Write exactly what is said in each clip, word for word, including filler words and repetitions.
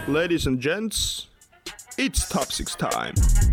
Ladies and gents, it's top six time.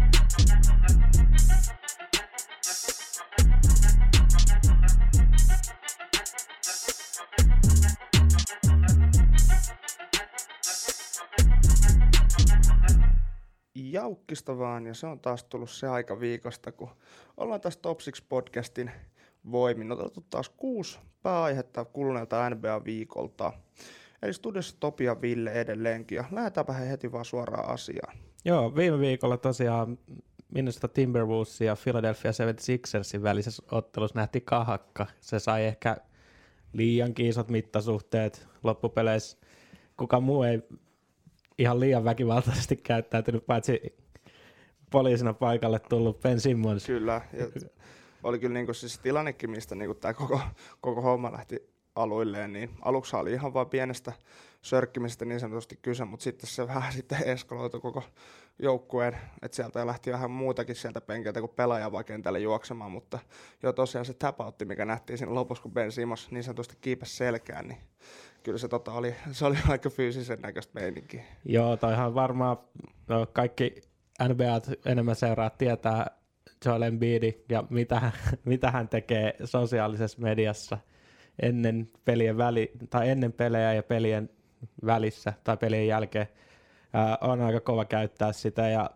Jaukkista vaan, ja se on taas tullut se aika viikosta, kun ollaan taas Top six podcastin voimin otettu taas kuusi pääaihetta kuluneelta N B A-viikolta. Eli studiossa Topi ja Ville edelleenkin, ja lähdetäänpä heti vaan suoraan asiaan. Joo, viime viikolla tosiaan Minnesota Timberwolves ja Philadelphia seitsemänkymmentäkuusikers välisessä ottelussa nähtiin kahakka. Se sai ehkä liiankin isot mittasuhteet loppupeleissä. Kuka muu ei ihan liian väkivaltaisesti käyttäytynyt, paitsi poliisina paikalle tullut Ben Simmons. Kyllä, ja oli kyllä niinku siis tilannekin, mistä niinku tämä koko, koko homma lähti aluilleen, niin aluksi oli ihan vain pienestä sörkkimisestä niin sanotusti kyse, mutta sitten se vähän sitten eskaloitui koko joukkueen, että sieltä lähti vähän muutakin sieltä penkiltä kuin pelaaja vaan kentälle juoksemaan, mutta jo tosiaan se tapautti, mikä nähtiin siinä lopussa, kun Ben Simmons niin sanotusti kiipesi selkään, niin kyllä se, tota oli, se oli aika fyysisen näköistä meininkiä. Joo, toihan varmaan no, kaikki N B A:t enemmän seuraa tietää Joel Embiidin ja mitä hän, mitä hän tekee sosiaalisessa mediassa ennen pelien väli, tai ennen pelejä ja pelien välissä tai pelien jälkeen. Ää, on aika kova käyttää sitä ja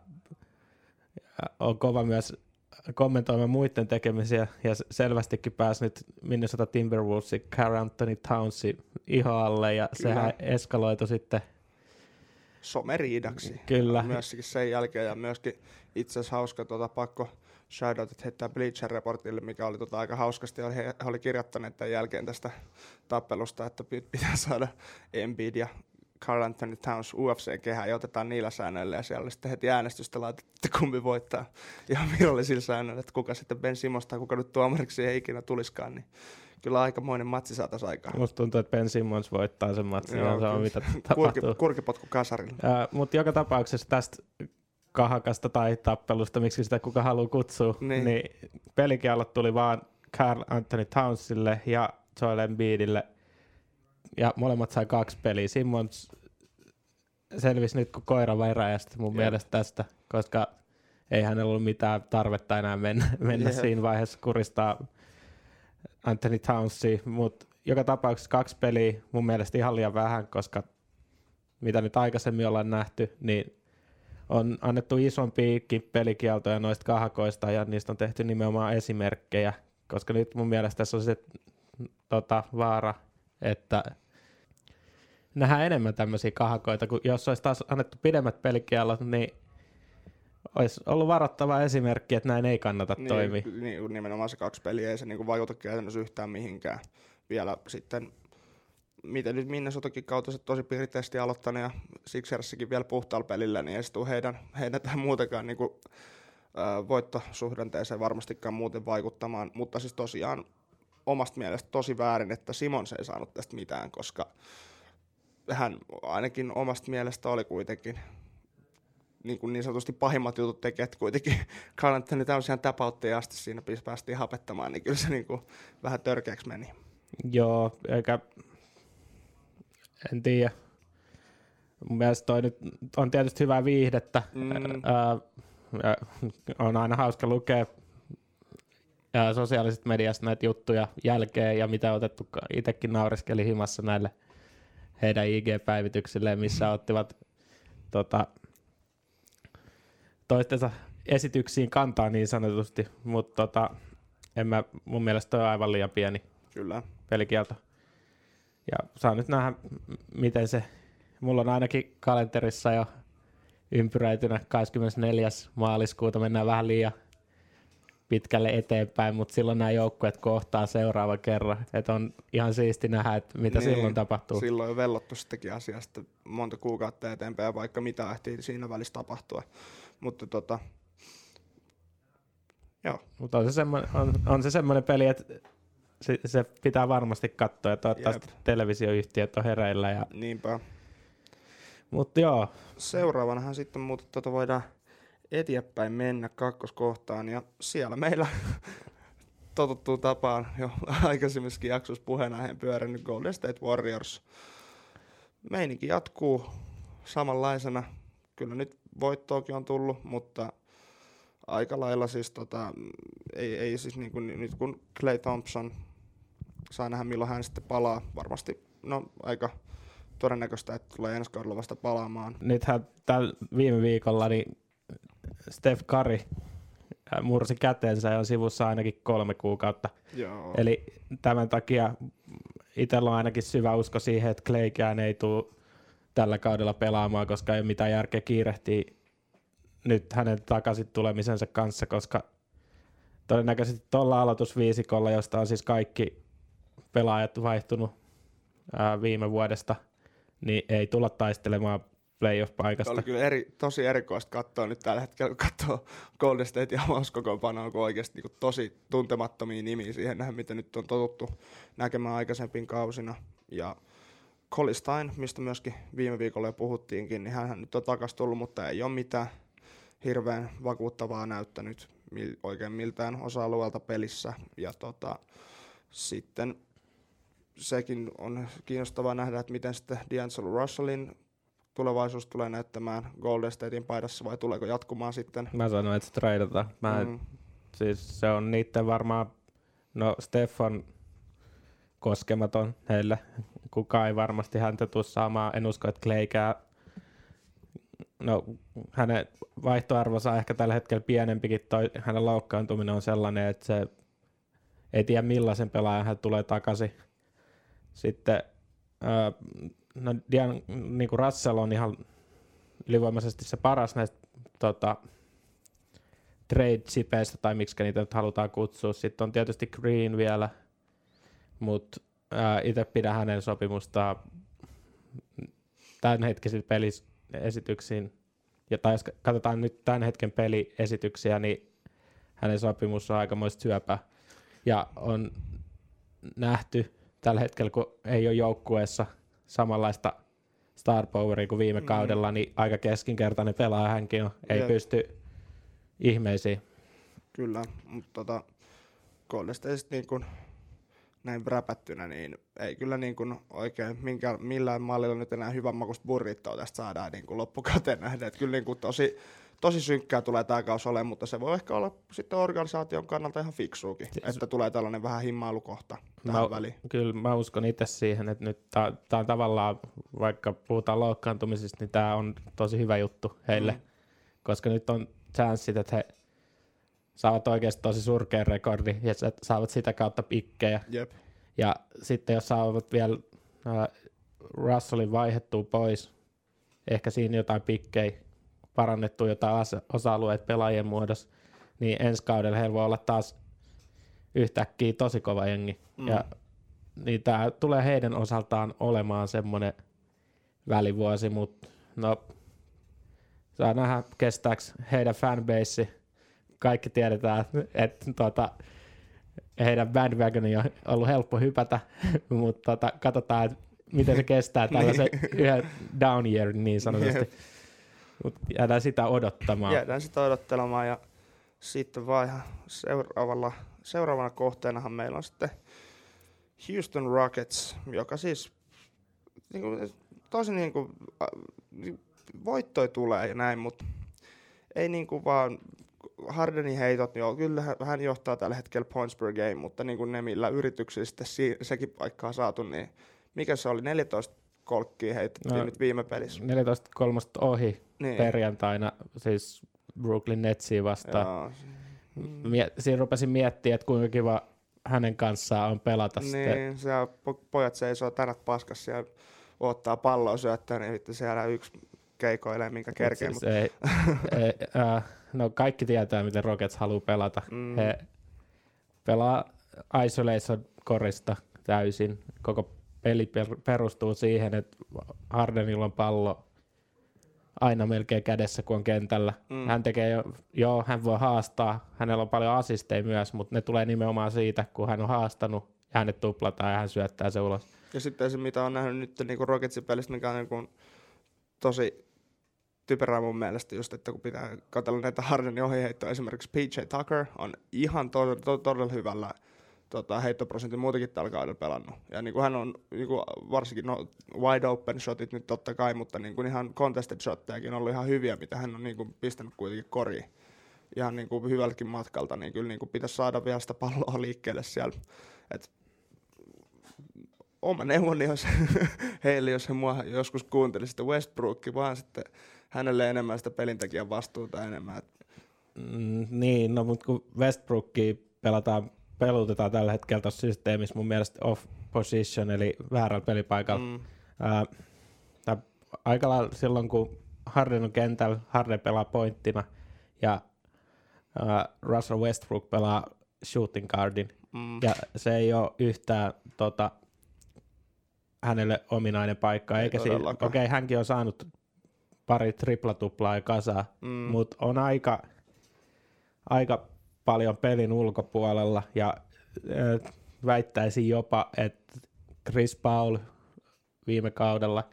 on kova myös kommentoimaan muiden tekemisiä ja selvästikin pääsi nyt Minnesota Timberwolvesin Karl Anthony Townsin iho alle ja Kyllä. sehän eskaloitui sitten someriidaksi. Kyllä. Myöskin sen jälkeen ja myöskin itse asiassa hauska tuota, pakko shoutoutit heittää Bleacher Reportille, mikä oli tota aika hauskasti. He, he oli kirjoittaneet tämän jälkeen tästä tappelusta, että pitää saada Embiid ja Karl Anthony Towns U F C-kehään ja otetaan niillä säännöillä ja siellä sitten heti äänestystä laitettu, että kumpi voittaa ihan virallisilla säännöillä, että kuka sitten Ben Simmons tai kuka nyt tuomariksi ei ikinä tuliskaan, niin kyllä aikamoinen matsi saataisiin aikaan. Musta tuntuu, että Ben Simmons voittaa sen matsin, ja se on mitä tapahtuu. Kurki, kurkipotku kasarilla. Uh, mutta joka tapauksessa tästä kahakasta tai tappelusta, miksi sitä kuka haluaa kutsua, niin, niin pelikiellot tuli vaan Karl Anthony Townsille ja Joel Embiidille, ja molemmat sai kaksi peliä. Simmons selvisi nyt kuin koira veräjästä mun yeah. mielestä tästä, koska ei hänellä ollut mitään tarvetta enää mennä, mennä yeah. siinä vaiheessa kuristaa Anthony Townsia, mutta joka tapauksessa kaksi peliä mun mielestä ihan liian vähän, koska mitä nyt aikaisemmin ollaan nähty, niin on annettu isompiakin pelikieltoja noista kahakoista ja niistä on tehty nimenomaan esimerkkejä, koska nyt mun mielestä tässä on se tota, vaara, että nähdään enemmän tämmöisiä kahakoita, kun jos olisi taas annettu pidemmät pelikiellot, niin olisi ollut varoittava esimerkki, että näin ei kannata niin, toimia. Niin, nimenomaan se kaksi peliä ei se niin vaikuta käytännössä yhtään mihinkään. Vielä sitten, miten nyt Minnesotakin kautta se tosi piirteisesti aloittanut ja Sixersikin vielä puhtaalla pelillä, niin ei se tule heidän, heidän tähän muutenkaan niin kuin, äh, voittosuhdanteeseen varmastikaan muuten vaikuttamaan, mutta siis tosiaan omasta mielestä tosi väärin, että Simmons ei saanut tästä mitään, koska hän ainakin omasta mielestä oli kuitenkin niin, kuin niin sanotusti pahimmat jutut teki, että kuitenkin Karl Anthony Towns ihan täpäutti asti siinä päästiin hapettamaan, niin kyllä se niin kuin vähän törkeäksi meni. Joo, eikä en tiedä. Mun mielestä toi nyt on tietysti hyvää viihdettä. Mm. Ää, on aina hauska lukea ää, sosiaalisesta mediasta näitä juttuja jälkeen ja mitä otettu. Itsekin naureskeli himassa näille heidän I G-päivityksilleen, missä ottivat tota, toistensa esityksiin kantaa niin sanotusti, mutta tota, en mä, mun mielestä toi on aivan liian pieni Kyllä. pelikielto. Ja saa nyt nähdä, miten se, mulla on ainakin kalenterissa jo ympyräitynä kahdeskymmenesneljäs maaliskuuta, mennään vähän liian pitkälle eteenpäin, mutta silloin nämä joukkueet kohtaa seuraava kerran, että on ihan siisti nähdä, että mitä niin, silloin tapahtuu. Silloin on vellottu sittenkin asiasta monta kuukautta eteenpäin, vaikka mitä ehtii siinä välissä tapahtua, mutta tota, joo. Mutta on se semmoinen, on, on se semmoinen peli, että se, se pitää varmasti katsoa ja toivottavasti Jep. televisioyhtiöt on hereillä. Ja niinpä. Mutta joo. Seuraavanahan sitten muuten tuota voidaan eteenpäin mennä kakkoskohtaan ja siellä meillä totuttuu tapaan jo aikaisemmissakin jaksossa puheenaiheen pyörännyt Golden State Warriors. Meininki jatkuu samanlaisena. Kyllä nyt voittoakin on tullut, mutta aika lailla siis tota, ei, ei siis niin kuin, nyt kun Klay Thompson saa nähdä milloin hän sitten palaa, varmasti no aika todennäköistä, että tulee ensi kaudella vasta palaamaan. Nythän tällä viime viikolla niin Steph Curry mursi kätensä ja on sivussa ainakin kolme kuukautta. Joo. Eli tämän takia itsellä on ainakin syvä usko siihen, että Claykään ei tule tällä kaudella pelaamaan, koska ei ole mitään järkeä kiirehtiä nyt hänen takaisin tulemisensa kanssa, koska todennäköisesti tuolla aloitusviisikolla, josta on siis kaikki pelaajat vaihtunut ää, viime vuodesta, niin ei tulla taistelemaan playoff-paikasta. Oli kyllä eri, tosi erikoista katsoa nyt tällä hetkellä, kun katsoo Golden State ja avauskokoonpanoa, kun oikeasti niin tosi tuntemattomia nimiä siihen nähdä, mitä nyt on totuttu näkemään aikaisempiin kausina. Ja Colin Stein, mistä myöskin viime viikolla jo puhuttiinkin, niin hän nyt on takaisin tullut, mutta ei ole mitään hirveän vakuuttavaa näyttänyt oikein miltään osa-alueelta pelissä. Ja tota, sitten sekin on kiinnostavaa nähdä, että miten sitten D'Angelo Russellin tulevaisuus tulee näyttämään Golden Statein paidassa vai tuleeko jatkumaan sitten? Mä sanoin, että se treidataan. Mä mm. Siis se on niitten varmaan, no Stefan koskematon heille. Kukaan ei varmasti häntä tule saamaan. En usko, että Claykää, no hänen vaihtoarvonsa on ehkä tällä hetkellä pienempikin. Toi, hänen loukkaantuminen on sellainen, että se ei tiedä millaisen pelaajan hän tulee takaisin. Sitten äh, no Dian, niin kuin Russell on ihan ylivoimaisesti se paras näistä tota, trade-chipeistä, tai miksi niitä nyt halutaan kutsua. Sitten on tietysti Green vielä, mutta itse pidän hänen sopimustaan tämänhetkisiin peliesityksiin. Ja tai jos katsotaan nyt tämän hetken peliesityksiä, niin hänen sopimus on aikamoista syöpää. Ja on nähty tällä hetkellä, kun ei ole joukkueessa samanlaista star poweria kuin viime mm. kaudella, niin aika keskinkertainen pelaaja hänkin on. Ei Jep. pysty ihmeisiin. Kyllä, mutta tota, Golden State niin kuin näin räpättynä, niin ei kyllä niin kuin oikein minkä, millään mallilla nyt enää hyvän makuista burrittoa tästä saadaan niin kuin loppukauteen nähdä. Että kyllä niin kuin tosi, tosi synkkää tulee tämä kausi olemaan, mutta se voi ehkä olla sitten organisaation kannalta ihan fiksuukin, siis että tulee tällainen vähän himmailukohta tähän mä, väliin. Kyllä mä uskon itse siihen, että nyt tämä on tavallaan, vaikka puhutaan loukkaantumisista, niin tämä on tosi hyvä juttu heille, mm. koska nyt on chanssit, että he saavat oikeasti tosi surkean rekordin ja saavat sitä kautta pikkejä. Jep. Ja sitten jos saavat vielä äh, Russellin vaihdettua pois, ehkä siinä jotain pikkejä, parannettua jotain osa-alueet pelaajien muodossa, niin ensi kaudella heillä voi olla taas yhtäkkiä tosi kova jengi. Mm. Ja niin tämä tulee heidän osaltaan olemaan semmoinen välivuosi, mutta no, saa nähdä kestääkö heidän fanbase. Kaikki tiedetään, että tuota, heidän bandwagoni on ollut helppo hypätä, mutta tota, katsotaan, että miten se kestää tällaisen yhden down year niin sanotusti. Mut jäädään sitä odottamaan. Jäädään sitä odottelemaan ja sitten vaan ihan seuraavalla, seuraavana kohteenahan meillä on sitten Houston Rockets, joka siis niin kuin, tosi niin kuin, voittoi tulee ja näin, mutta ei niin kuin vaan Hardenin heitot, joo, kyllä hän johtaa tällä hetkellä points per game, mutta niin kuin ne millä yrityksillä sitten si- sekin paikkaa saatu, niin mikä se oli, neljätoista kolkkia heitettiin no, nyt viime pelissä. neljätoista kolmosta ohi niin. Perjantaina, siis Brooklyn Netsiä vastaan. Mie- siinä rupesin miettimään, että kuinka kiva hänen kanssaan on pelata niin, sitten. Niin, se po- pojat seisoo tänät paskassa ja ottaa palloa syöttää, niin sitten siellä yksi keikoilee, minkä kerkee. Siis ei, ei, äh, no kaikki tietää, miten Rockets haluaa pelata. Mm. He pelaa isolation korista täysin. Koko peli per, perustuu siihen, että Hardenilla on pallo aina melkein kädessä, kun on kentällä. Mm. Hän tekee jo, joo, hän voi haastaa. Hänellä on paljon assisteja myös, mutta ne tulee nimenomaan siitä, kun hän on haastanut ja hänet tuplataan ja hän syöttää se ulos. Ja sitten se, mitä on nähnyt nyt niin Rocketsin pelistä, mikä on niin kuin tosi typerää mun mielestä just, että kun pitää katsella näitä Hardenin ohiheittoja, esimerkiksi P J Tucker on ihan to- to- todella hyvällä tota, heittoprosentin muutenkin tällä kaudella pelannut. Ja niin kuin hän on niin kuin varsinkin no, wide open shotit nyt totta kai, mutta niin kuin ihan contested shottejakin on ollut ihan hyviä, mitä hän on niin kuin pistänyt kuitenkin koriin. Ihan niin kuin hyvälläkin matkalta, niin kyllä niin kuin pitäisi saada vielä sitä palloa liikkeelle siellä. Et oma neuvoni jos heille, jos he mua joskus kuuntelisi sitä Westbrook, vaan sitten hänelle enemmän sitä pelintekijän vastuuta enemmän. Mm, niin, no mutta kun Westbrookia pelataan, pelutetaan tällä hetkellä tuossa systeemissä mun mielestä off position, eli väärällä pelipaikalla. Mm. Ää, aika lailla silloin, kun Harden on kentällä, Harden pelaa pointtina ja ää, Russell Westbrook pelaa shooting guardin. Mm. Ja se ei ole yhtään tota, hänelle ominainen paikka. Eikä si- Okei, okay, hänkin on saanut pari triplatuplaa ja kasaa, mm. mutta on aika, aika paljon pelin ulkopuolella ja äh, väittäisin jopa, että Chris Paul viime kaudella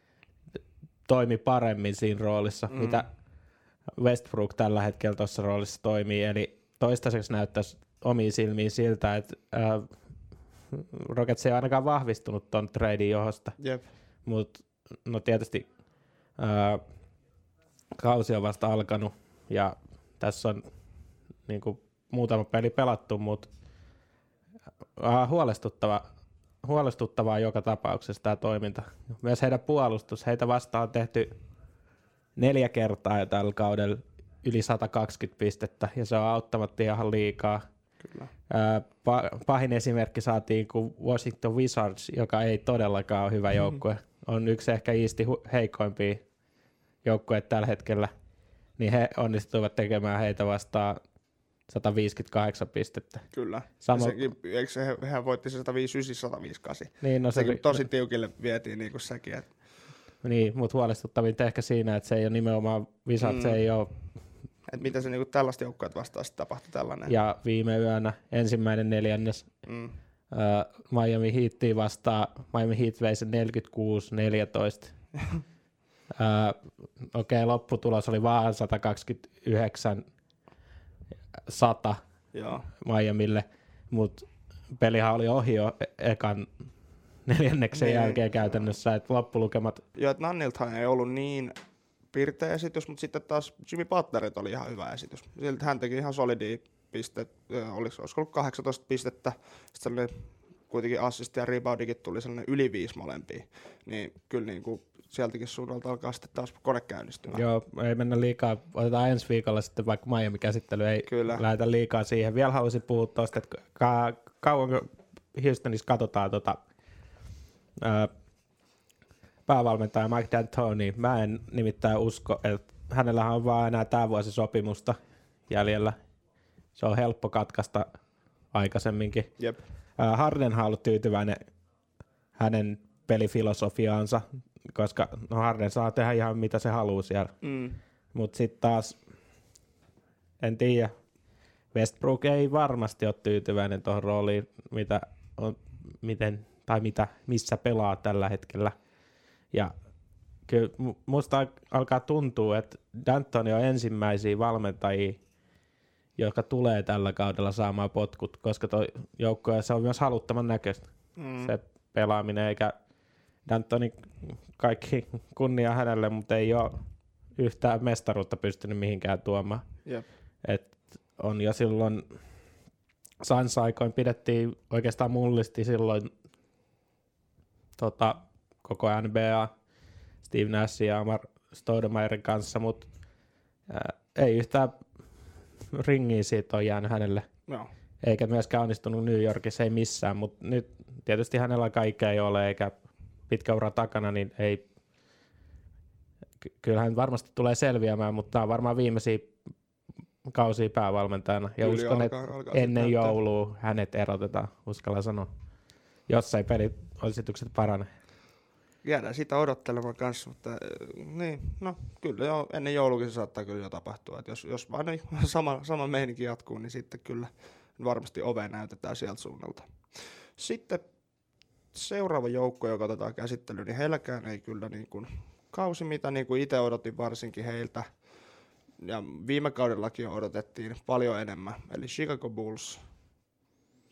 toimi paremmin siinä roolissa, mm. mitä Westbrook tällä hetkellä tuossa roolissa toimii. Eli toistaiseksi näyttäisi omiin silmiin siltä, että äh, Rockets ei ainakaan vahvistunut ton treidin johdosta, yep. Mutta no tietysti ää, kausi on vasta alkanut ja tässä on niinku muutama peli pelattu, mutta huolestuttava, huolestuttavaa joka tapauksessa tämä toiminta. Myös heidän puolustus, heitä vastaan on tehty neljä kertaa jo tällä kaudella yli sata kaksikymmentä pistettä ja se on auttamatta ihan liikaa. Kyllä. Ää, pahin esimerkki saatiin kuin Washington Wizards, joka ei todellakaan ole hyvä joukkue. Mm-hmm. On yksi ehkä Eastin hu- heikoimpia joukkueita tällä hetkellä. Niin he onnistuivat tekemään heitä vastaan sata viisikymmentäkahdeksan pistettä. Kyllä. Samo- sekin, eikö se, hehän voitti se sata viisikymmentäyhdeksän sata viisikymmentäkahdeksan. Niin, no sekin se, tosi tiukille vietiin niin kuin sekin. Että... Niin, mutta huolestuttavinta ehkä siinä, että se ei ole nimenomaan Wizards, mm. se ei ole... Että mitä se niinku tällaista joukkueet vastaan sitten tapahtui tällainen. Ja viime yönä ensimmäinen neljännes mm. uh, Miami Heatia vastaan, Miami Heat vei sen neljäkymmentäkuusi neljätoista. uh, Okei, okay, lopputulos oli vaan sata kaksikymmentäyhdeksän sata Miamille, mutta pelihan oli ohi jo ekan neljänneksen niin, jälkeen käytännössä, että loppulukemat... Joo, että Nanniltahan ei ollut niin pirteä esitys, mutta sitten taas Jimmy Butlerit oli ihan hyvä esitys. Siltä hän teki ihan solidia pistet, olisiko ollut kahdeksantoista pistettä, sitten kuitenkin assisti ja reboundikin tuli sellainen yli viisi molempia, niin kyllä niin kuin sieltäkin suunnalta alkaa sitten taas kone käynnistymään. Joo, ei mennä liikaa, otetaan ensi viikolla sitten vaikka Miami-käsittely, ei kyllä lähdetä liikaa siihen. Vielä haluaisin puhua tuosta, että ka- kauanko Houstonissa katsotaan tota, ää, päävalmentaja Mike D'Antoni. Mä en nimittäin usko, että hänellähän on vaan enää tämä vuosi sopimusta jäljellä. Se on helppo katkaista aikaisemminkin. Jep. Ää, Hardenhan on ollut tyytyväinen hänen pelifilosofiaansa, koska no Harden saa tehdä ihan mitä se haluaa siellä. Mm. Mutta sitten taas, en tiedä, Westbrook ei varmasti ole tyytyväinen tuohon rooliin, mitä on, miten, tai mitä, missä pelaa tällä hetkellä. Ja kyllä musta alkaa tuntua, että D'Antoni on ensimmäisiä valmentajia, jotka tulee tällä kaudella saamaan potkut, koska tuo joukkue se on myös haluttoman näköistä, mm. se pelaaminen, eikä D'Antoni, kaikki kunnia hänelle, mutta ei ole yhtään mestaruutta pystynyt mihinkään tuomaan. Yep. Et on jo silloin Suns-aikoin pidettiin oikeastaan mullisti silloin tota, koko N B A Steve Nash ja Amar Stoudemiren kanssa, mutta ei yhtään ringiä siitä on jäänyt hänelle. No. Eikä myöskään onnistunut New Yorkissa, ei missään, mutta nyt tietysti hänellä kaikkea ei ole, eikä pitkä ura takana, niin ei, ky- kyllähän varmasti tulee selviämään, mutta tämä on varmaan viimeisiä kausia päävalmentajana. Ja Kyllä uskon, että ennen joulua hänet erotetaan, uskalla sanoa, jos ei peliositykset parane. Jäädään sitä odottelemaan kanssa, mutta niin, no kyllä jo ennen joulukin se saattaa kyllä jo tapahtua. Et jos, jos vaan sama, sama meininki jatkuu, niin sitten kyllä varmasti ove näytetään sieltä suunnalta. Sitten seuraava joukko, joka otetaan käsittelyyn, niin heilläkään ei kyllä niin kuin kausi, mitä niin kuin itse odotin varsinkin heiltä. Ja viime kaudellakin odotettiin paljon enemmän. Eli Chicago Bulls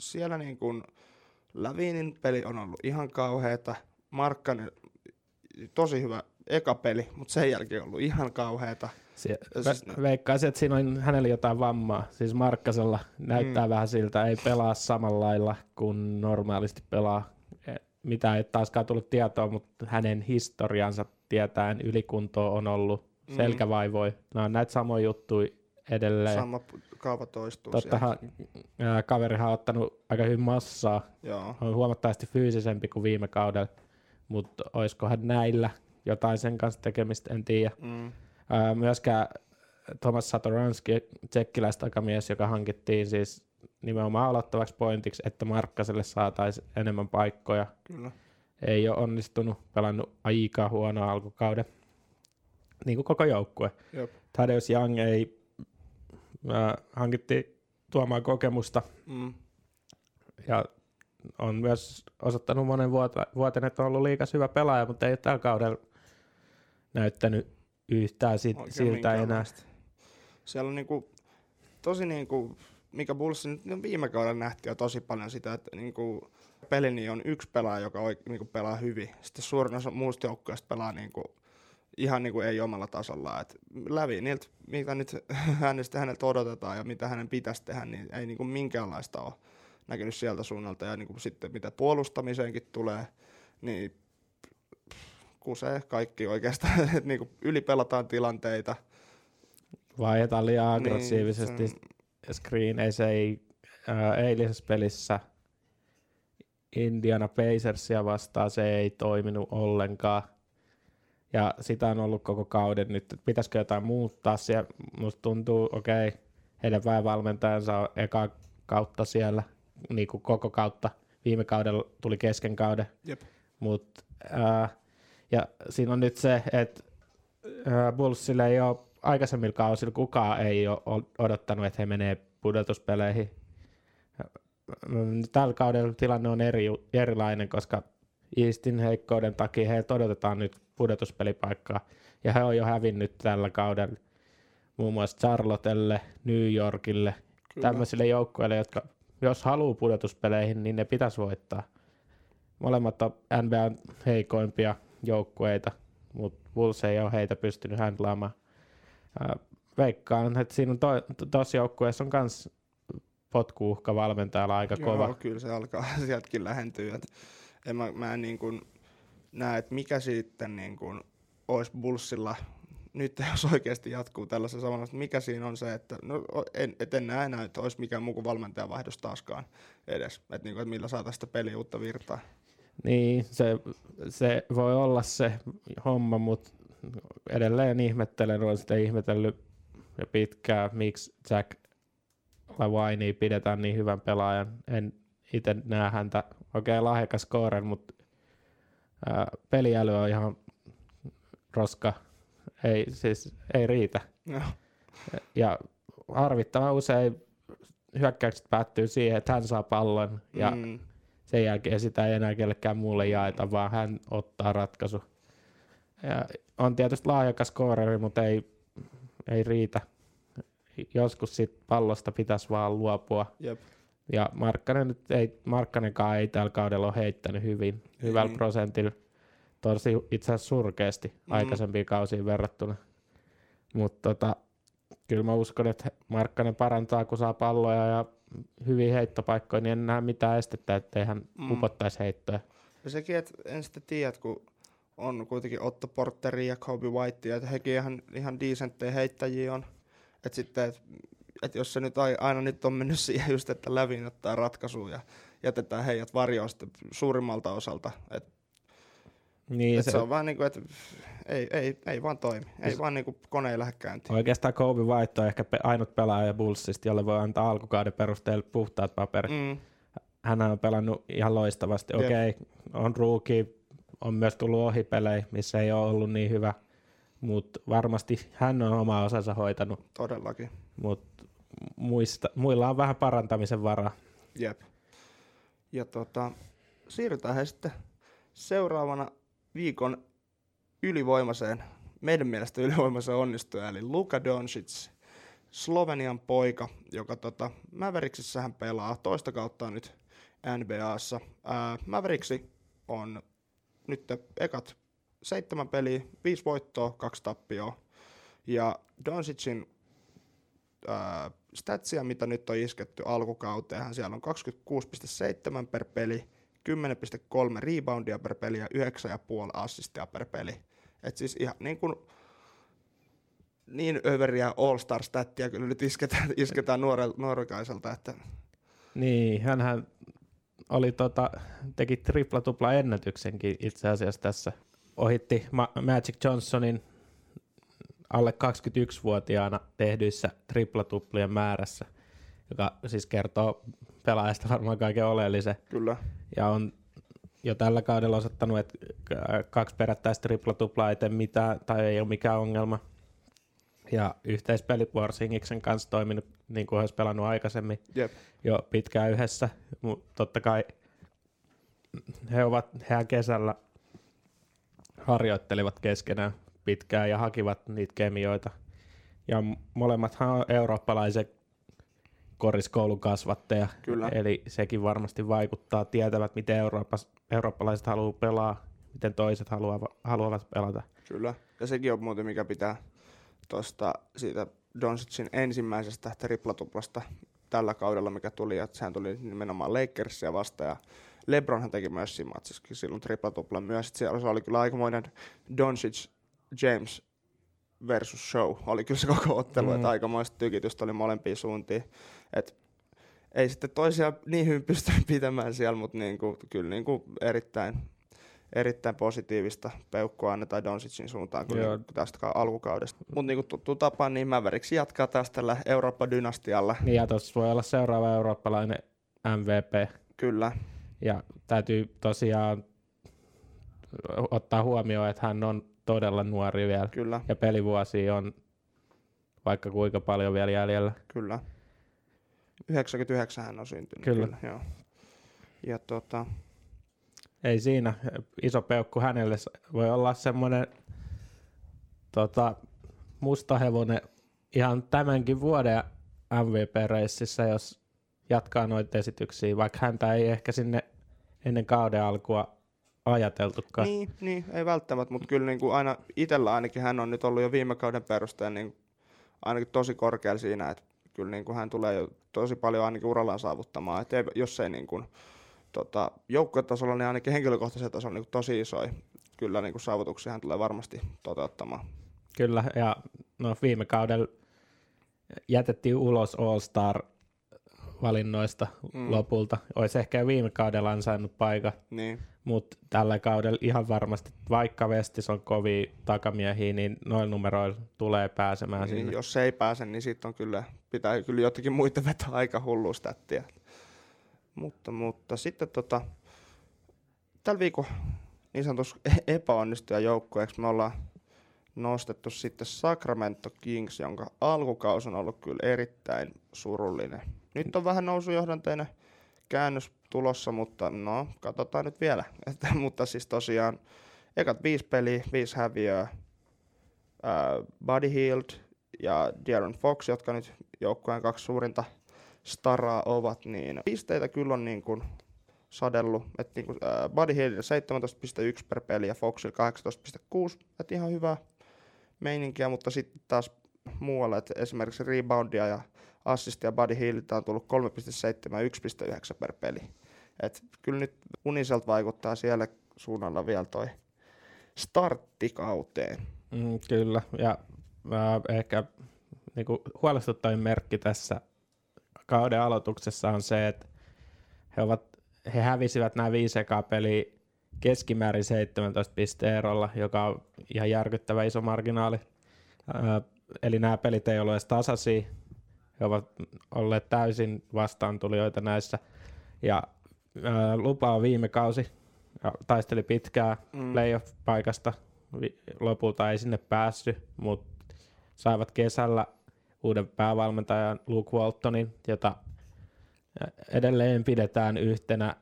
siellä niin kuin Lavinin peli on ollut ihan kauheata, Markkanen tosi hyvä eka peli, mutta sen jälkeen on ollut ihan kauheata. Sie- siis, ve- veikkaisin, että siinä on hänellä jotain vammaa. Siis Markkasella näyttää mm. vähän siltä, ei pelaa samalla lailla kuin normaalisti pelaa. Mitä ei taaskaan tullut tietoa, mutta hänen historiansa tietäen ylikuntoa on ollut, mm. selkävaivoi. Nämä on näitä samoja juttuja edelleen. Sama kaava toistuu. Tottahan ää, kaverihan on ottanut aika hyvin massaa. Joo. On huomattavasti fyysisempi kuin viime kaudella, mutta olisikohan näillä jotain sen kanssa tekemistä, en tiedä. Mm. Ää, myöskään Thomas Satoranski, tsekkiläistakamies, joka hankittiin siis nimenomaan aloittavaksi pointiksi, että Markkaselle saataisiin enemmän paikkoja. Kyllä. Ei ole onnistunut, pelannut aika huonoa alkukauden, niin kuin koko joukkue. Jop. Thaddeus Young ei äh, hankittiin tuomaan kokemusta mm. ja on myös osoittanut monen vuoten, että on ollut liigas hyvä pelaaja, mutta ei ole tällä kaudella näyttänyt yhtään sit, siltä enää. Siellä on niinku, tosi niinku, mikä Bullsin nyt viime kaudella nähtiin jo tosi paljon sitä, että niinku, pelini on yksi pelaaja, joka oik, niinku, pelaa hyvin. Sitten suurin osa muusta joukkueesta pelaa niinku, ihan niinku, ei omalla tasollaan. Et lävi niiltä, mitä nyt hänestä häneltä odotetaan ja mitä hänen pitäisi tehdä, niin ei niinku, minkäänlaista ole näkynyt sieltä suunnalta. Ja niinku, sitten mitä puolustamiseenkin tulee, niin kusee kaikki oikeastaan, että niinku, ylipelataan tilanteita. Vaihdetaan liian aggressiivisesti niin, screeneissä, ei ää, eilisessä pelissä Indiana Pacersia vastaan se ei toiminut ollenkaan. Ja sitä on ollut koko kauden nyt, että pitäisikö jotain muuttaa siellä. Musta tuntuu, okei, okay, heidän päävalmentajansa on eka kautta siellä, niin kuin koko kautta. Viime kaudella tuli kesken kauden. Jep. Mut, ää, ja siinä on nyt se, että ää, Bullsille ei ole aikaisemmilla kausilla kukaan ei ole odottanut, että he menee pudotuspeleihin. Tällä kaudella tilanne on eri, erilainen, koska Eastin heikkouden takia heiltä odotetaan nyt pudotuspelipaikkaa. Ja he on jo hävinnyt tällä kaudella muun muassa Charlottelle, New Yorkille, Kyllä. tämmöisille joukkueille, jotka jos haluaa pudotuspeleihin, niin ne pitäisi voittaa. Molemmat on N B A:n heikoimpia joukkueita, mutta Bulls ei ole heitä pystynyt handlaamaan. Veikkaan, että siinä on tuossa to, joukkueessa on myös potku-uhka valmentajalla aika Joo, kova. Kyllä se alkaa sieltäkin lähentyä. En mä, mä en niin kuin näe, että mikä sitten niin kuin olisi Bullsilla nyt, jos oikeasti jatkuu tällaisen samalla, mikä siinä on se, että no, en, et en näe enää, että olisi mikään muu kuin valmentajavaihdos taaskaan edes, että, niin kuin, että millä saataisiin sitä peliä uutta virtaa. Niin, se, se voi olla se homma, mutta edelleen ihmettelen, olen sitä ihmetellyt jo pitkään, miksi Jack LaVinea pidetään niin hyvän pelaajan. En itse näe häntä oikein lahjakas scorer, mutta ää, peliäly on ihan roska. Ei, siis, ei riitä. No. Ja harvittavan usein hyökkäykset päättyy siihen, että hän saa pallon ja mm. sen jälkeen sitä ei enää kellekään muulle jaeta, vaan hän ottaa ratkaisu. Ja on tietysti lahjakas scoreri, mutta ei, ei riitä. Joskus sit pallosta pitäisi vaan luopua. Jep. Ja Markkanen nyt ei, Markkanenkaan ei tällä kaudella ole heittänyt hyvin, hyvällä mm. prosentilla. Tosi itse asiassa surkeasti mm. aikaisempiin kausiin verrattuna. Mutta tota, kyllä mä uskon, että Markkanen parantaa, kun saa palloja ja hyviä heittopaikkoja, niin en näe mitään estettä, ettei hän mm. upottaisi heittoja. Ja sekin, että en sitten tiedä, kun on kuitenkin Otto Porteri ja Kobe White, että hekin ihan, ihan decentteja heittäjiä on. Että sitten, että et jos se nyt aina nyt on mennyt siihen just, että Lävin ottaa ratkaisuun ja jätetään heidät varjoon sitten suurimmalta osalta. Että niin, et se, se on vaan niin kuin, että ei, ei, ei vaan toimi. Ei vaan niin kuin kone ei lähde käyntiin. Oikeastaan Kobe White on ehkä pe- ainut pelaaja Bullsista, jolle voi antaa alkukauden perusteella puhtaat paperit. Mm. Hän on pelannut ihan loistavasti. Okei, okay, on rookie, on myös tullut ohipelejä, missä ei ole ollut niin hyvä, mutta varmasti hän on oma osansa hoitanut. Todellakin. Mutta muilla on vähän parantamisen varaa. Jep. Ja tota, siirrytään he sitten seuraavana viikon ylivoimaiseen, meidän mielestä ylivoimaiseen onnistuja, eli Luka Doncic, Slovenian poika, joka tota, Mavericksissähän pelaa toista kautta nyt N B A:ssa. Ää, Mavericksi on nyt ekat seitsemän peliä, viisi voittoa, kaksi tappioa. Ja Doncicin ää, statsia, mitä nyt on isketty alkukauteen, siellä on kaksikymmentäkuusi pilkku seitsemän per peli, kymmenen pilkku kolme reboundia per peli ja yhdeksän pilkku viisi assistia per peli. Et siis ihan niin kuin niin överiä all-star-stattia kyllä nyt isketään, isketään nuore, nuorekaiselta. Että niin, hänhän oli tota, teki tripla-tupla ennätyksenkin itse asiassa tässä. Ohitti Ma- Magic Johnsonin alle kaksikymmentäyksivuotiaana tehdyissä tripla-tuplien määrässä, joka siis kertoo pelaajasta varmaan kaiken oleellisen. Kyllä. Ja on jo tällä kaudella osoittanut, että kaksi perättäistä tripla-tuplaa ei tee mitään tai ei ole mikään ongelma. Ja yhteispeli Porzingiksen kanssa toiminut niin kuin olisi pelannut aikaisemmin Jep. jo pitkään yhdessä. Mutta totta kai he ovat hehän kesällä harjoittelivat keskenään pitkään ja hakivat niitä kemioita. Ja molemmathan on eurooppalaisen koriskoulun kasvatteja, Kyllä. eli sekin varmasti vaikuttaa, tietävät miten Eurooppa, eurooppalaiset haluaa pelaa, miten toiset haluavat, haluavat pelata. Kyllä, ja sekin on muuten mikä pitää tuosta siitä Doncicin ensimmäisestä triplatuplasta tällä kaudella, mikä tuli, että sehän tuli nimenomaan Lakersia vastaan, ja LeBronhan teki myös siinä matsissa silloin triplatuplan myös, että siellä oli kyllä aikamoinen Doncic James versus show, oli kyllä se koko ottelu, mm. että aikamoista tykitystä oli molempiin suuntiin, että ei sitten toisiaan niin hyvin pystynyt pitämään siellä, mutta niinku, kyllä niinku erittäin, erittäin positiivista peukkua annetaan Doncicin suuntaan kyllä niinku tästä alkukaudesta. Mutta niinku tuttu tapaan, niin Mavericks jatkaa taas tällä Eurooppa-dynastialla. Niin ja tuossa voi olla seuraava eurooppalainen M V P. Kyllä. Ja täytyy tosiaan ottaa huomioon, että hän on todella nuori vielä. Kyllä. Ja pelivuosia on vaikka kuinka paljon vielä jäljellä. Kyllä. yhdeksänkymmentäyhdeksän hän on syntynyt. Kyllä. Kyllä joo. Ja tota... Ei siinä. Iso peukku hänelle voi olla semmoinen tota, musta hevonen ihan tämänkin vuoden M V P-reississä, jos jatkaa noita esityksiä, vaikka häntä ei ehkä sinne ennen kauden alkua ajateltukaan. Niin, niin ei välttämättä, mutta kyllä niin kuin aina itsellä ainakin hän on nyt ollut jo viime kauden perusteella niin ainakin tosi korkealla siinä, että kyllä niin kuin hän tulee jo tosi paljon ainakin urallaan saavuttamaan, että ei, jos ei niin kuin, tota, joukkuetasolla, niin ainakin henkilökohtaisella tasolla niin tosi isoja kyllä niin kuin saavutuksia hän tulee varmasti toteuttamaan. Kyllä, ja no viime kaudella jätettiin ulos All-Star valinnoista mm. lopulta. Olisi ehkä viime kaudella ansainnut paikan, niin. Mutta tällä kaudella ihan varmasti, vaikka Vestis on kovia takamiehiä, niin noilla numeroilla tulee pääsemään niin, sinne. Jos se ei pääse, niin sitten on kyllä, pitää kyllä jotakin muita vetää aika hullua stättiä. Mutta, mutta sitten tota, tällä viikolla niin sanotusti epäonnistuja joukkueeksi me ollaan nostettu sitten Sacramento Kings, jonka alkukausi on ollut kyllä erittäin surullinen. Nyt on vähän nousujohdanteinen käännös tulossa, mutta no, katsotaan nyt vielä. Että, mutta siis tosiaan, ekat viisi peliä, viisi häviöä, ää, Buddy Hield ja De'Aaron Fox, jotka nyt joukkueen kaksi suurinta staraa ovat, niin pisteitä kyllä on niin kuin sadellut. Että niin kuin, ää, Buddy Hield seitsemäntoista pilkku yksi per peli ja Foxilla kahdeksantoista pilkku kuusi, että ihan hyvää meininkiä, mutta sitten taas muualla, että esimerkiksi reboundia ja assistia Buddy Hieldiltä on tullut kolme pilkku seitsemän ja yksi pilkku yhdeksän per peli. Et kyllä nyt uniselta vaikuttaa siellä suunnalla vielä toi starttikauteen. Mm, kyllä, ja äh, ehkä niinku, huolestuttavin merkki tässä kauden aloituksessa on se, että he, ovat, he hävisivät nämä viisi ekaa peliä keskimäärin seitsemäntoista pisteen erolla, joka on ihan järkyttävä iso marginaali. Äh, eli nämä pelit ei ole edes tasaisia. He ovat olleet täysin vastaantulijoita näissä. Ja ää, lupaa viime kausi. Ja taisteli pitkään mm. playoff-paikasta. Vi- lopulta ei sinne päässyt, mutta saivat kesällä uuden päävalmentajan Luke Waltonin, jota edelleen pidetään yhtenä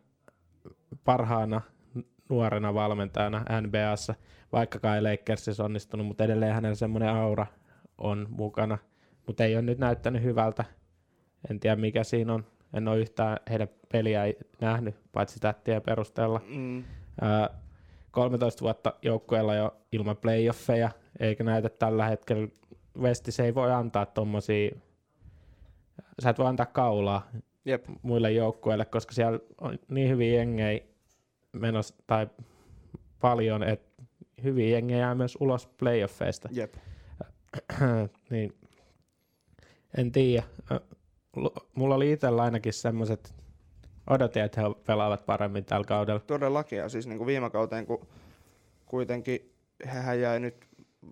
parhaana nuorena valmentajana N B A:ssa, vaikkakaan ei Lakersissa onnistunut, mutta edelleen hänellä semmoinen aura on mukana. Mutta ei ole nyt näyttänyt hyvältä. En tiedä mikä siinä on. En ole yhtään heidän peliä nähnyt, paitsi tättien perusteella. Mm. Ää, kolmetoista vuotta joukkueella jo ilman playoffeja, eikä näytä tällä hetkellä. Westis ei voi antaa tommosia, sä et voi antaa kaulaa Jep. muille joukkueille, koska siellä on niin hyviä jengejä menossa, tai paljon, että hyviä jengejä jää myös ulos playoffeista. Jep. Niin, en tiedä. Mulla oli itsellä ainakin semmoiset, odotin, että he pelaavat paremmin tällä kaudella. Todellakin, ja siis niin kuin viime kauteen, kun kuitenkin hehän jäi nyt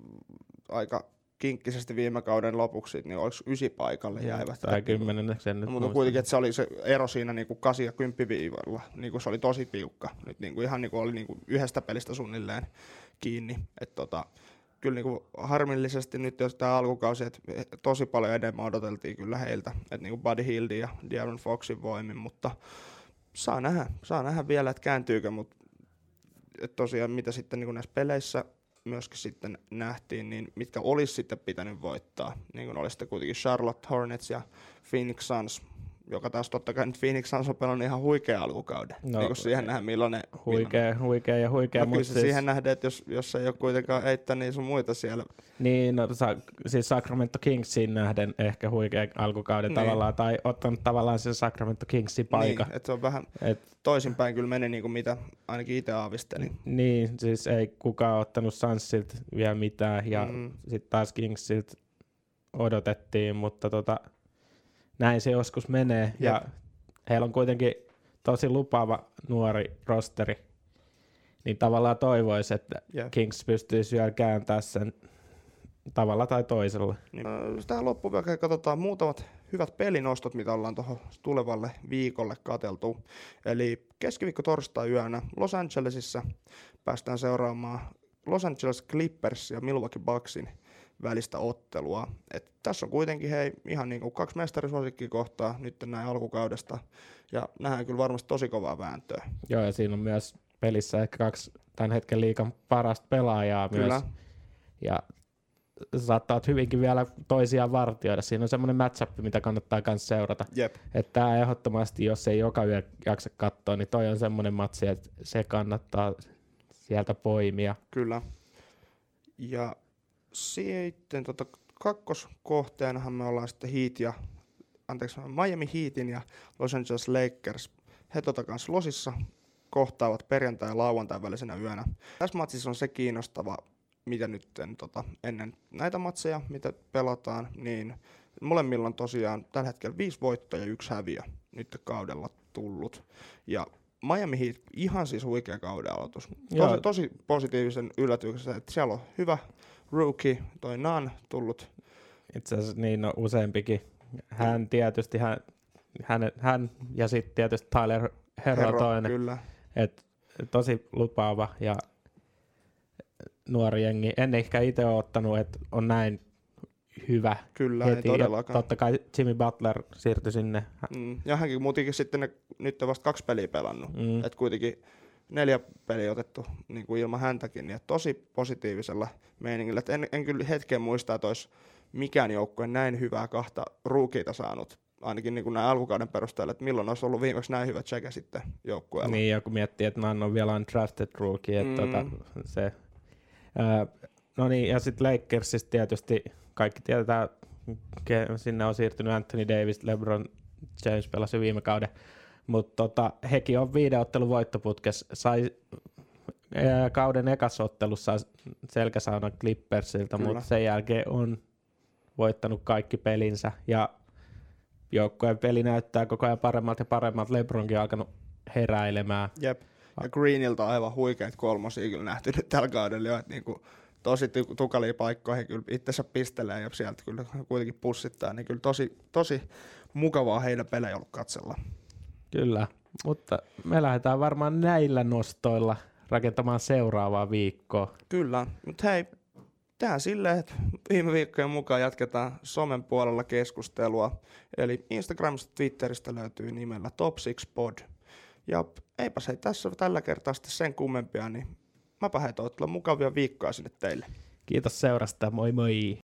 aika kinkkisesti viime kauden lopuksi, niin oliko ysi paikalle jäivät. Tai kymmenenneksi en nyt no, mutta kuitenkin, että se oli se ero siinä niin kuin kasi- ja kymppiviivalla, niin kuin se oli tosi tiukka. Nyt niin kuin ihan niin kuin oli niin kuin yhdestä pelistä suunnilleen kiinni. Et tota, kyllä niin kuin harmillisesti nyt jos tämä alkukausi, että tosi paljon enemmän odoteltiin kyllä heiltä, että niin kuin Buddy Hieldin ja De'Aaron Foxin voimin, mutta saa nähdä, saa nähdä vielä, että kääntyykö, mutta tosiaan mitä sitten niin kuin näissä peleissä myöskin sitten nähtiin, niin mitkä olisi sitten pitänyt voittaa, niin kuin oli sitten kuitenkin Charlotte Hornets ja Phoenix Suns, joka taas totta kai nyt Phoenix Suns on pelannut ihan huikea alkukauden, no, niin kuin siihen nähdään millainen. Huikea, millainen. huikea ja huikea. No, kyllä se siis siihen nähdään, että jos, jos ei ole kuitenkaan eittää niin sun muita siellä. Niin, no, sa, siis Sacramento Kingsiin nähden ehkä huikea alkukauden niin. Tavallaan, tai ottanut tavallaan sen Sacramento Kingsin paikan. Niin, että se on vähän et, toisinpäin kyllä meni niin kuin mitä ainakin itse aavistelin. Niin, siis ei kukaan ottanut Sunsilta vielä mitään, ja mm. sitten taas Kingsilta odotettiin, mutta tota, näin se joskus menee, Jep. ja heillä on kuitenkin tosi lupaava nuori rosteri, niin tavallaan toivoisi, että Jep. Kings pystyisi vielä kääntämään sen tavalla tai toisella. Niin, tähän loppuun vielä katsotaan muutamat hyvät pelinostot, mitä ollaan tuohon tulevalle viikolle katseltu. Eli keskiviikko torstai yönä Los Angelesissa päästään seuraamaan Los Angeles Clippers ja Milwaukee Bucksin välistä ottelua. Et tässä on kuitenkin hei, ihan niin kuin kaksi mestarisuosikkia kohtaa nyt näin alkukaudesta, ja nähdään kyllä varmasti tosi kovaa vääntöä. Joo, ja siinä on myös pelissä ehkä kaksi tämän hetken liigan parasta pelaajaa kyllä. Myös. Ja saattaa hyvinkin vielä toisiaan vartioida. Siinä on semmoinen match-up, mitä kannattaa myös seurata. Jep. Että tämä ehdottomasti, jos ei joka yö jaksa katsoa, niin toi on semmoinen matsi, että se kannattaa sieltä poimia. Kyllä. Ja sitten tota, kakkoskohteenahan me ollaan sitten Heat ja, anteeksi, Miami Heatin ja Los Angeles Lakers. He tota kanssa Losissa kohtaavat perjantai- ja lauantain välisenä yönä. Tässä matsissa on se kiinnostava, mitä nyt tota, ennen näitä matseja, mitä pelataan, niin molemmilla on tosiaan tällä hetkellä viisi voittoa ja yksi häviö nyt kaudella tullut. Ja Miami Heat ihan siis huikea kauden aloitus. Tosi, tosi positiivisen yllätyksen, että siellä on hyvä rookie, toi Nunn tullut. Itse asiassa niin on useampikin. Hän tietysti, hän, hän, hän ja sitten tietysti Tyler Herro, Herro toinen. Kyllä. Et, tosi lupaava ja nuori jengi. En ehkä itse ole ottanut, että on näin hyvä. Kyllä, heti. ei todellakaan. Ja totta kai Jimmy Butler siirtyi sinne. Mm. Ja hänkin muutenkin sitten ne, nyt on vasta kaksi peliä pelannut. Mm. Että kuitenkin neljä peliä otettu niin kuin ilman häntäkin. Niin tosi positiivisella meiningillä. En, en kyllä hetken muista, että olisi mikään joukkue näin hyvää kahta ruukiita saanut. Ainakin niin kuin näin alkukauden perusteella, että milloin olisi ollut viimeksi näin hyvä tsekä sitten joukkueella. Niin, ja kun miettii, että Nunn on vielä undrafted rookie, että mm. tota, se... Ää, no niin, ja sitten Lakersista tietysti kaikki tietää, sinne on siirtynyt Anthony Davis, LeBron James pelasi viime kauden, mutta tota, hekin on viiden ottelun voittoputkessa, sai ää, kauden ekassa ottelussa selkäsaunan Clippersilta, mutta sen jälkeen on voittanut kaikki pelinsä, ja joukkueen peli näyttää koko ajan paremmalta ja paremmalta, LeBronkin on alkanut heräilemään. Jep. Ja Greenilta on aivan huikeat kolmosia kyllä nähty nyt tällä kaudella jo, että niinku tosi tukalia paikkoihin kyllä itsensä pistelee ja sieltä kyllä kuitenkin pussittaa, niin kyllä tosi, tosi mukavaa heidän pelejä ollut katsella. Kyllä, mutta me lähdetään varmaan näillä nostoilla rakentamaan seuraavaa viikkoa. Kyllä, mutta hei, tehdään silleen, että viime viikkojen mukaan jatketaan somen puolella keskustelua, eli Instagramista, Twitteristä löytyy nimellä Top six Pod. Ja eipäs hei tässä tällä kertaa sitten sen kummempia, niin mäpä hei toivottelen mukavia viikkoja sinne teille. Kiitos seurasta, moi moi!